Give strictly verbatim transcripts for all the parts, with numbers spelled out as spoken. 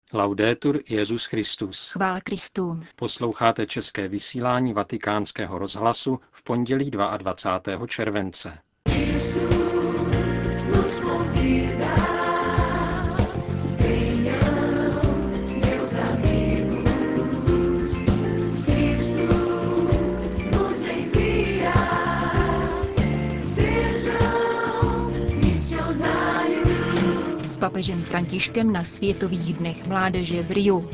Laudetur Jesus Christus. Chvála Kristu. Posloucháte české vysílání Vatikánského rozhlasu v pondělí dvacátého druhého července. S papežem Františkem na Světových dnech mládeže v Riu.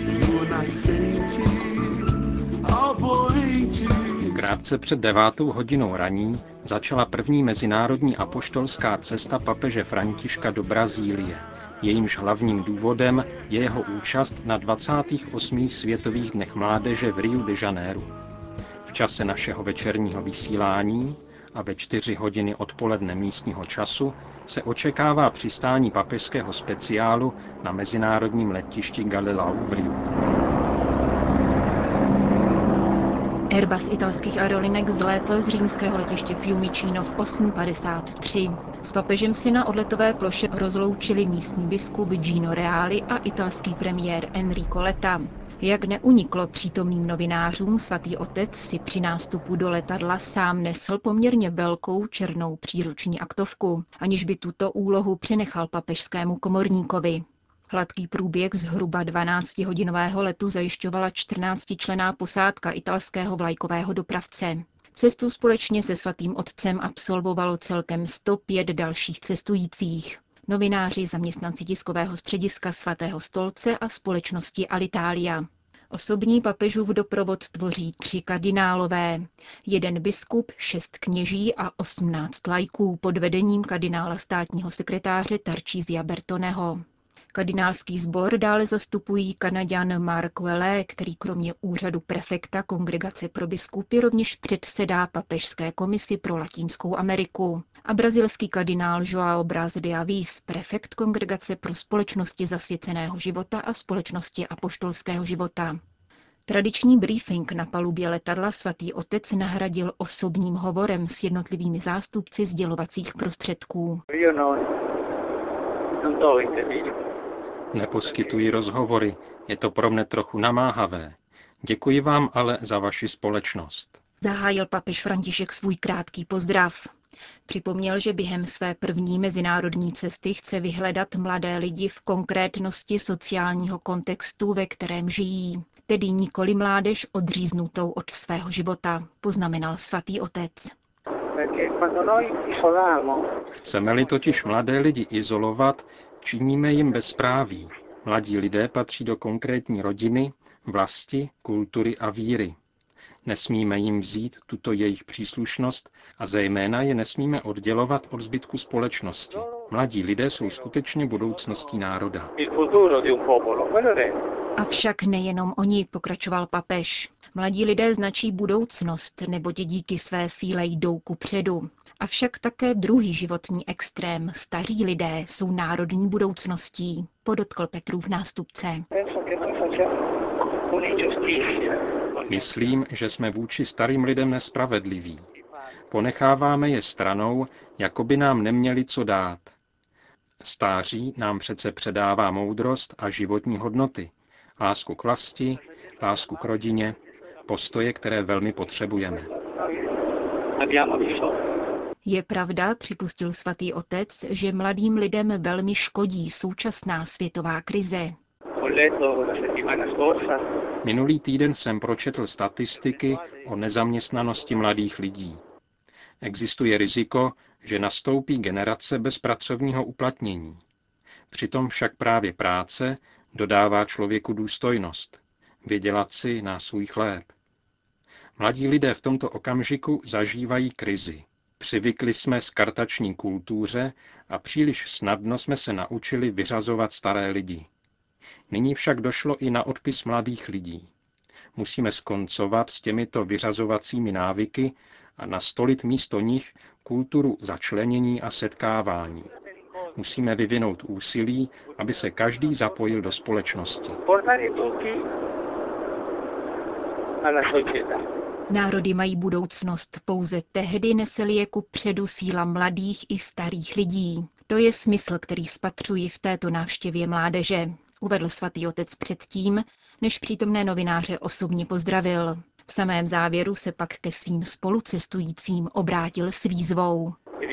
Krátce před devátou hodinou raní začala první mezinárodní apoštolská cesta papeže Františka do Brazílie. Jejímž hlavním důvodem je jeho účast na dvacátých osmých Světových dnech mládeže v Riu de Janeiro. V čase našeho večerního vysílání a ve čtyři hodiny odpoledne místního času se očekává přistání papežského speciálu na mezinárodním letišti Galileu v Riu. Airbus italských aerolinek zlétl z římského letiště Fiumicino v osm padesát tři. S papežem si na odletové ploše rozloučili místní biskup Gino Reali a italský premiér Enrico Letta. Jak neuniklo přítomným novinářům, svatý otec si při nástupu do letadla sám nesl poměrně velkou černou příruční aktovku, aniž by tuto úlohu přenechal papežskému komorníkovi. Hladký průběh zhruba dvanáctihodinového letu zajišťovala čtrnáctičlenná posádka italského vlajkového dopravce. Cestu společně se svatým otcem absolvovalo celkem sto pět dalších cestujících. Novináři, zaměstnanci tiskového střediska Svatého stolce a společnosti Alitalia. Osobní papežův doprovod tvoří tři kardinálové, jeden biskup, šest kněží a osmnáct laiků pod vedením kardinála státního sekretáře Tarcisia Bertoneho. Kardinálský sbor dále zastupují Kanaďan Mark Welle, který kromě úřadu prefekta Kongregace pro biskupy rovněž předsedá papežské komisi pro Latinskou Ameriku, a brazilský kardinál João Braz de Avis, prefekt Kongregace pro společnosti zasvěceného života a společnosti apoštolského života. Tradiční briefing na palubě letadla svatý otec nahradil osobním hovorem s jednotlivými zástupci sdělovacích prostředků. Neposkytuji rozhovory, je to pro mne trochu namáhavé. Děkuji vám ale za vaši společnost. Zahájil papež František svůj krátký pozdrav. Připomněl, že během své první mezinárodní cesty chce vyhledat mladé lidi v konkrétnosti sociálního kontextu, ve kterém žijí, tedy nikoli mládež odříznutou od svého života, poznamenal svatý otec. Chceme-li totiž mladé lidi izolovat, činíme jim bezpráví. Mladí lidé patří do konkrétní rodiny, vlasti, kultury a víry. Nesmíme jim vzít tuto jejich příslušnost a zejména je nesmíme oddělovat od zbytku společnosti. Mladí lidé jsou skutečně budoucností národa. Avšak nejenom oni, pokračoval papež. Mladí lidé značí budoucnost, neboť díky své síle jdou kupředu. Avšak také druhý životní extrém, staří lidé, jsou národní budoucností, podotkl Petrův nástupce. Myslím, že jsme vůči starým lidem nespravedliví. Ponecháváme je stranou, jako by nám neměli co dát. Stáří nám přece předává moudrost a životní hodnoty, lásku k vlasti, lásku k rodině, postoje, které velmi potřebujeme. Je pravda, připustil svatý otec, že mladým lidem velmi škodí současná světová krize. Minulý týden jsem pročetl statistiky o nezaměstnanosti mladých lidí. Existuje riziko, že nastoupí generace bez pracovního uplatnění. Přitom však právě práce dodává člověku důstojnost, vydělat si na svůj chléb. Mladí lidé v tomto okamžiku zažívají krizi. Přivykli jsme skartační kultuře a příliš snadno jsme se naučili vyřazovat staré lidi. Nyní však došlo i na odpis mladých lidí. Musíme skoncovat s těmito vyřazovacími návyky a nastolit místo nich kulturu začlenění a setkávání. Musíme vyvinout úsilí, aby se každý zapojil do společnosti. Národy mají budoucnost, pouze tehdy nese-li je kupředu síla mladých i starých lidí. To je smysl, který spatřuji v této návštěvě mládeže, uvedl svatý otec předtím, než přítomné novináře osobně pozdravil. V samém závěru se pak ke svým spolucestujícím obrátil s výzvou.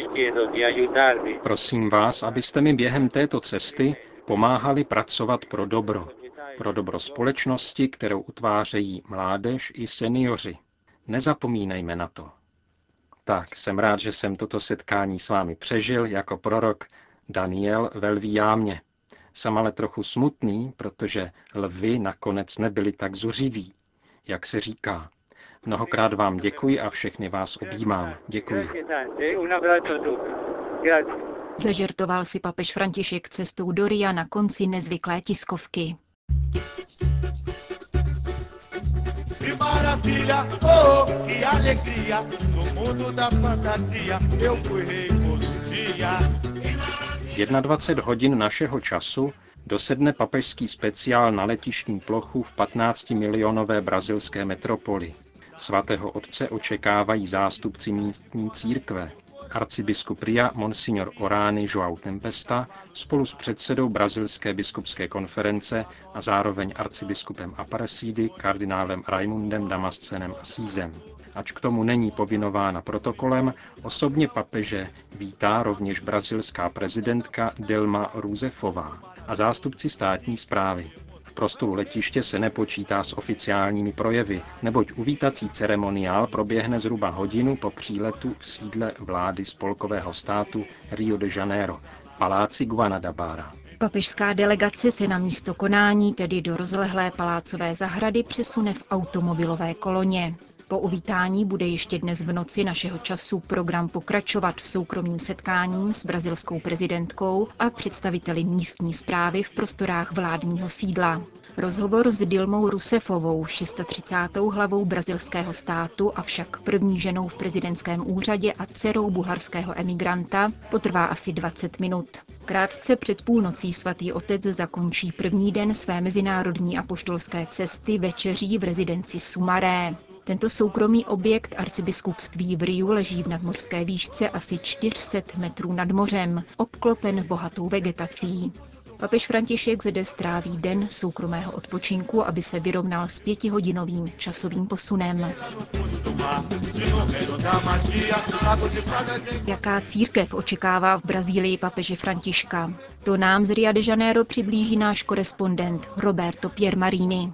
Prosím vás, abyste mi během této cesty pomáhali pracovat pro dobro. Pro dobro společnosti, kterou utvářejí mládež i seniori. Nezapomínejme na to. Tak, jsem rád, že jsem toto setkání s vámi přežil jako prorok Daniel ve lví jámě. Jsem ale trochu smutný, protože lvy nakonec nebyly tak zuřiví, jak se říká. Mnohokrát vám děkuji a všechny vás objímám. Děkuji. Zažertoval si papež František cestou do Ria na konci nezvyklé tiskovky. dvacet jedna hodin našeho času dosedne papežský speciál na letištní plochu v patnáctimilionové brazilské metropoli. Svatého otce očekávají zástupci místní církve. Arcibiskup Ria Monsignor Orani João Tempesta spolu s předsedou Brazilské biskupské konference a zároveň arcibiskupem Aparecidy kardinálem Raimundem Damascenem Asízem. Ač k tomu není povinována protokolem, osobně papeže vítá rovněž brazilská prezidentka Dilma Rousseffová a zástupci státní správy. V prostoru letiště se nepočítá s oficiálními projevy, neboť uvítací ceremoniál proběhne zhruba hodinu po příletu v sídle vlády spolkového státu Rio de Janeiro, paláci Guanabara. Papežská delegace se na místo konání, tedy do rozlehlé palácové zahrady, přesune v automobilové koloně. Po uvítání bude ještě dnes v noci našeho času program pokračovat v soukromým setkáním s brazilskou prezidentkou a představiteli místní správy v prostorách vládního sídla. Rozhovor s Dilmou Rousseffovou, třicátou šestou hlavou brazilského státu, avšak první ženou v prezidentském úřadě a dcerou bulharského emigranta, potrvá asi dvacet minut. Krátce před půlnocí svatý otec zakončí první den své mezinárodní apoštolské cesty večeří v rezidenci Sumaré. Tento soukromý objekt arcibiskupství v Riu leží v nadmořské výšce asi čtyři sta metrů nad mořem, obklopen bohatou vegetací. Papež František zde stráví den soukromého odpočinku, aby se vyrovnal s pětihodinovým časovým posunem. Jaká církev očekává v Brazílii papeže Františka? To nám z Ria de Janeiro přiblíží náš korespondent Roberto Piermarini.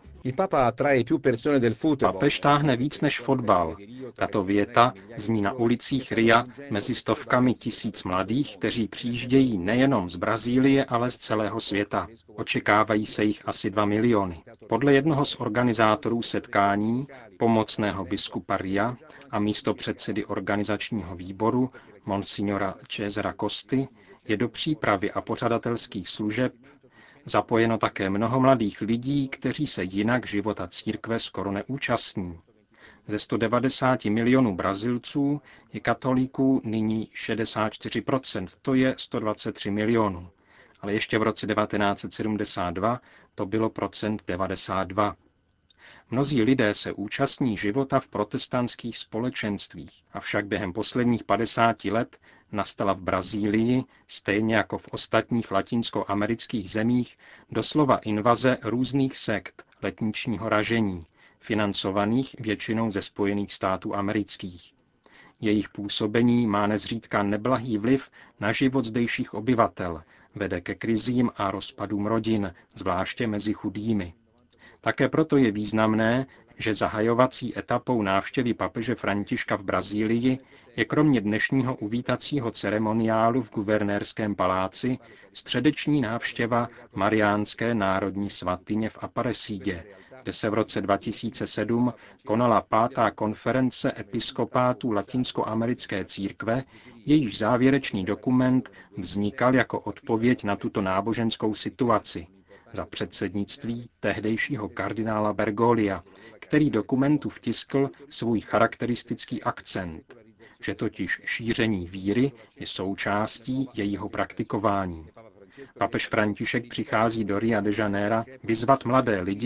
Papež táhne víc než fotbal. Tato věta zní na ulicích Ria mezi stovkami tisíc mladých, kteří přijíždějí nejenom z Brazílie, ale z celého světa. Očekávají se jich asi dva miliony. Podle jednoho z organizátorů setkání, pomocného biskupa Ria a místopředsedy organizačního výboru, monsignora Cesara Costy, je do přípravy a pořadatelských služeb zapojeno také mnoho mladých lidí, kteří se jinak života církve skoro neúčastní. Ze sto devadesát milionů Brazilců je katolíků nyní šedesát čtyři procent, to je sto dvacet tři milionů. Ale ještě v roce devatenáct set sedmdesát dva to bylo procent devadesát dva. Mnozí lidé se účastní života v protestantských společenstvích, avšak během posledních padesáti let nastala v Brazílii, stejně jako v ostatních latinskoamerických zemích, doslova invaze různých sekt letničního ražení, financovaných většinou ze Spojených států amerických. Jejich působení má nezřídka neblahý vliv na život zdejších obyvatel, vede ke krizím a rozpadům rodin, zvláště mezi chudými. Také proto je významné, že zahajovací etapou návštěvy papeže Františka v Brazílii je kromě dnešního uvítacího ceremoniálu v guvernérském paláci středeční návštěva Mariánské národní svatyně v Aparecidě, kde se v roce dva tisíce sedm konala pátá konference episkopátů latinskoamerické církve, jejíž závěrečný dokument vznikal jako odpověď na tuto náboženskou situaci za předsednictví tehdejšího kardinála Bergolia, který dokumentu vtiskl svůj charakteristický akcent, že totiž šíření víry je součástí jejího praktikování. Papež František přichází do Ria de Janeiro vyzvat mladé lidi,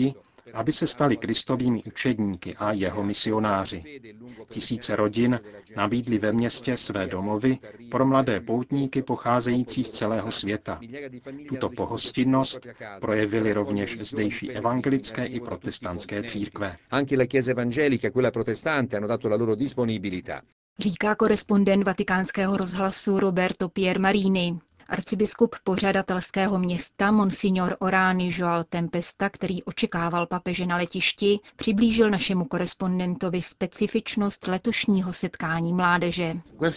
aby se stali Kristovými učedníky a jeho misionáři. Tisíce rodin nabídly ve městě své domovy pro mladé poutníky pocházející z celého světa. Tuto pohostinnost projevily rovněž zdejší evangelické i protestantské církve. Říká korespondent Vatikánského rozhlasu Roberto Piermarini. Arcibiskup pořadatelského města Monsignor Orani Joao Tempesta, který očekával papeže na letišti, přiblížil našemu korespondentovi specifičnost letošního setkání mládeže.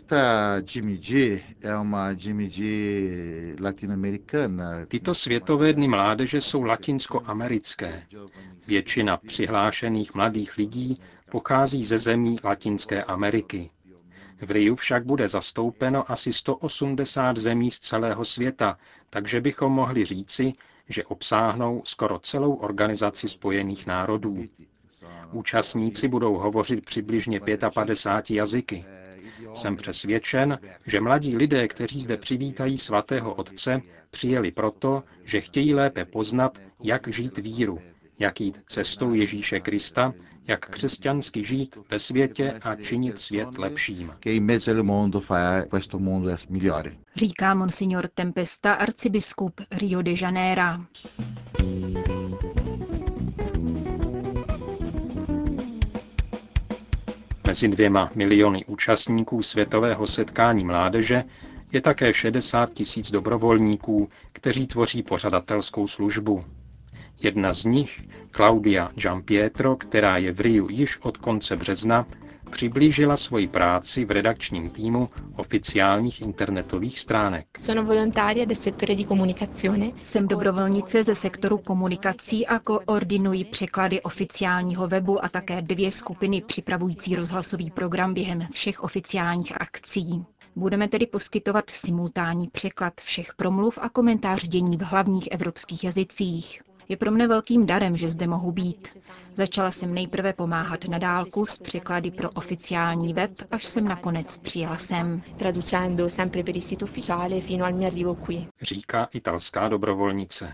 Tyto světové dny mládeže jsou latinskoamerické. Většina přihlášených mladých lidí pochází ze zemí Latinské Ameriky. V Riu však bude zastoupeno asi sto osmdesát zemí z celého světa, takže bychom mohli říci, že obsáhnou skoro celou Organizaci spojených národů. Účastníci budou hovořit přibližně padesát pět jazyky. Jsem přesvědčen, že mladí lidé, kteří zde přivítají svatého Otce, přijeli proto, že chtějí lépe poznat, jak žít víru, jak jít cestou Ježíše Krista, jak křesťansky žít ve světě a činit svět lepším. Říká monsignor Tempesta, arcibiskup Rio de Janeiro. Mezi dvěma miliony účastníků světového setkání mládeže je také šedesát tisíc dobrovolníků, kteří tvoří pořadatelskou službu. Jedna z nich, Claudia Giampietro, která je v Riu již od konce března, přiblížila svoji práci v redakčním týmu oficiálních internetových stránek. Jsem dobrovolnice ze sektoru komunikací a koordinuji překlady oficiálního webu a také dvě skupiny připravující rozhlasový program během všech oficiálních akcí. Budeme tedy poskytovat simultánní překlad všech promluv a komentář dění v hlavních evropských jazycích. Je pro mne velkým darem, že zde mohu být. Začala jsem nejprve pomáhat na dálku s překlady pro oficiální web, až jsem nakonec přijela sem. Říká italská dobrovolnice.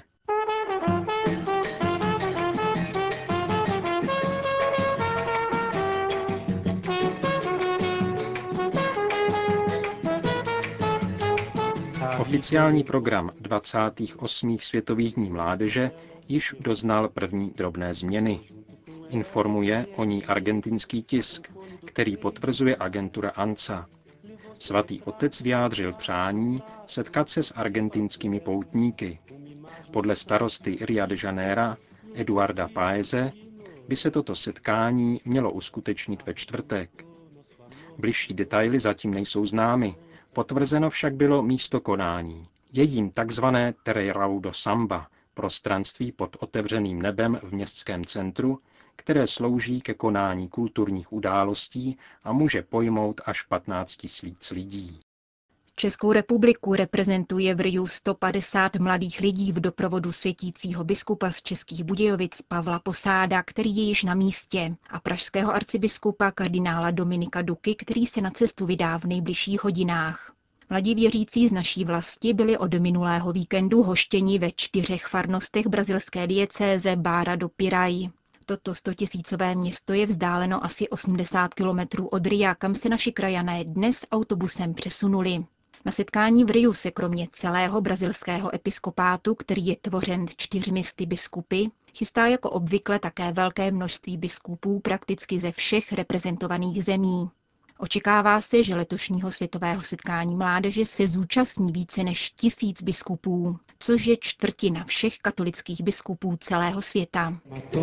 Oficiální program dvacátých osmých světových dní mládeže již doznal první drobné změny. Informuje o ní argentinský tisk, který potvrzuje agentura ANSA. Svatý otec vyjádřil přání setkat se s argentinskými poutníky. Podle starosty Ria de Janeiro, Eduarda Paeze, by se toto setkání mělo uskutečnit ve čtvrtek. Bližší detaily zatím nejsou známy, potvrzeno však bylo místo konání. Je jím takzvané Terreirão do Samba, prostranství pod otevřeným nebem v městském centru, které slouží ke konání kulturních událostí a může pojmout až patnáct tisíc lidí. Českou republiku reprezentuje v Riu sto padesát mladých lidí v doprovodu světícího biskupa z Českých Budějovic Pavla Posáda, který je již na místě, a pražského arcibiskupa kardinála Dominika Duky, který se na cestu vydá v nejbližších hodinách. Mladí věřící z naší vlasti byli od minulého víkendu hoštěni ve čtyřech farnostech brazilské diecéze Barra do Piraí. Toto stotisícové město je vzdáleno asi osmdesát kilometrů od Ria, kam se naši krajané dnes autobusem přesunuli. Na setkání v Riu se kromě celého brazilského episkopátu, který je tvořen čtyřmi sty biskupy, chystá jako obvykle také velké množství biskupů prakticky ze všech reprezentovaných zemí. Očekává se, že letošního světového setkání mládeže se zúčastní více než tisíc biskupů, což je čtvrtina všech katolických biskupů celého světa.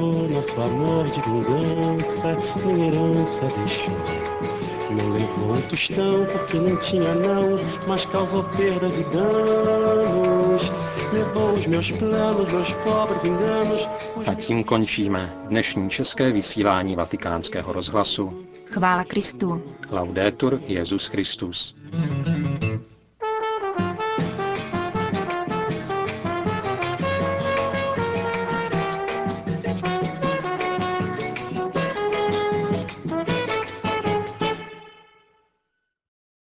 Não levou um tostão porque não tinha não, mas causou perdas e danos. Levou os meus planos, meus pobres enganos. A tím končíme dnešní české vysílání Vatikánského rozhlasu. Chvála Kristu. Laudetur Jesus Christus.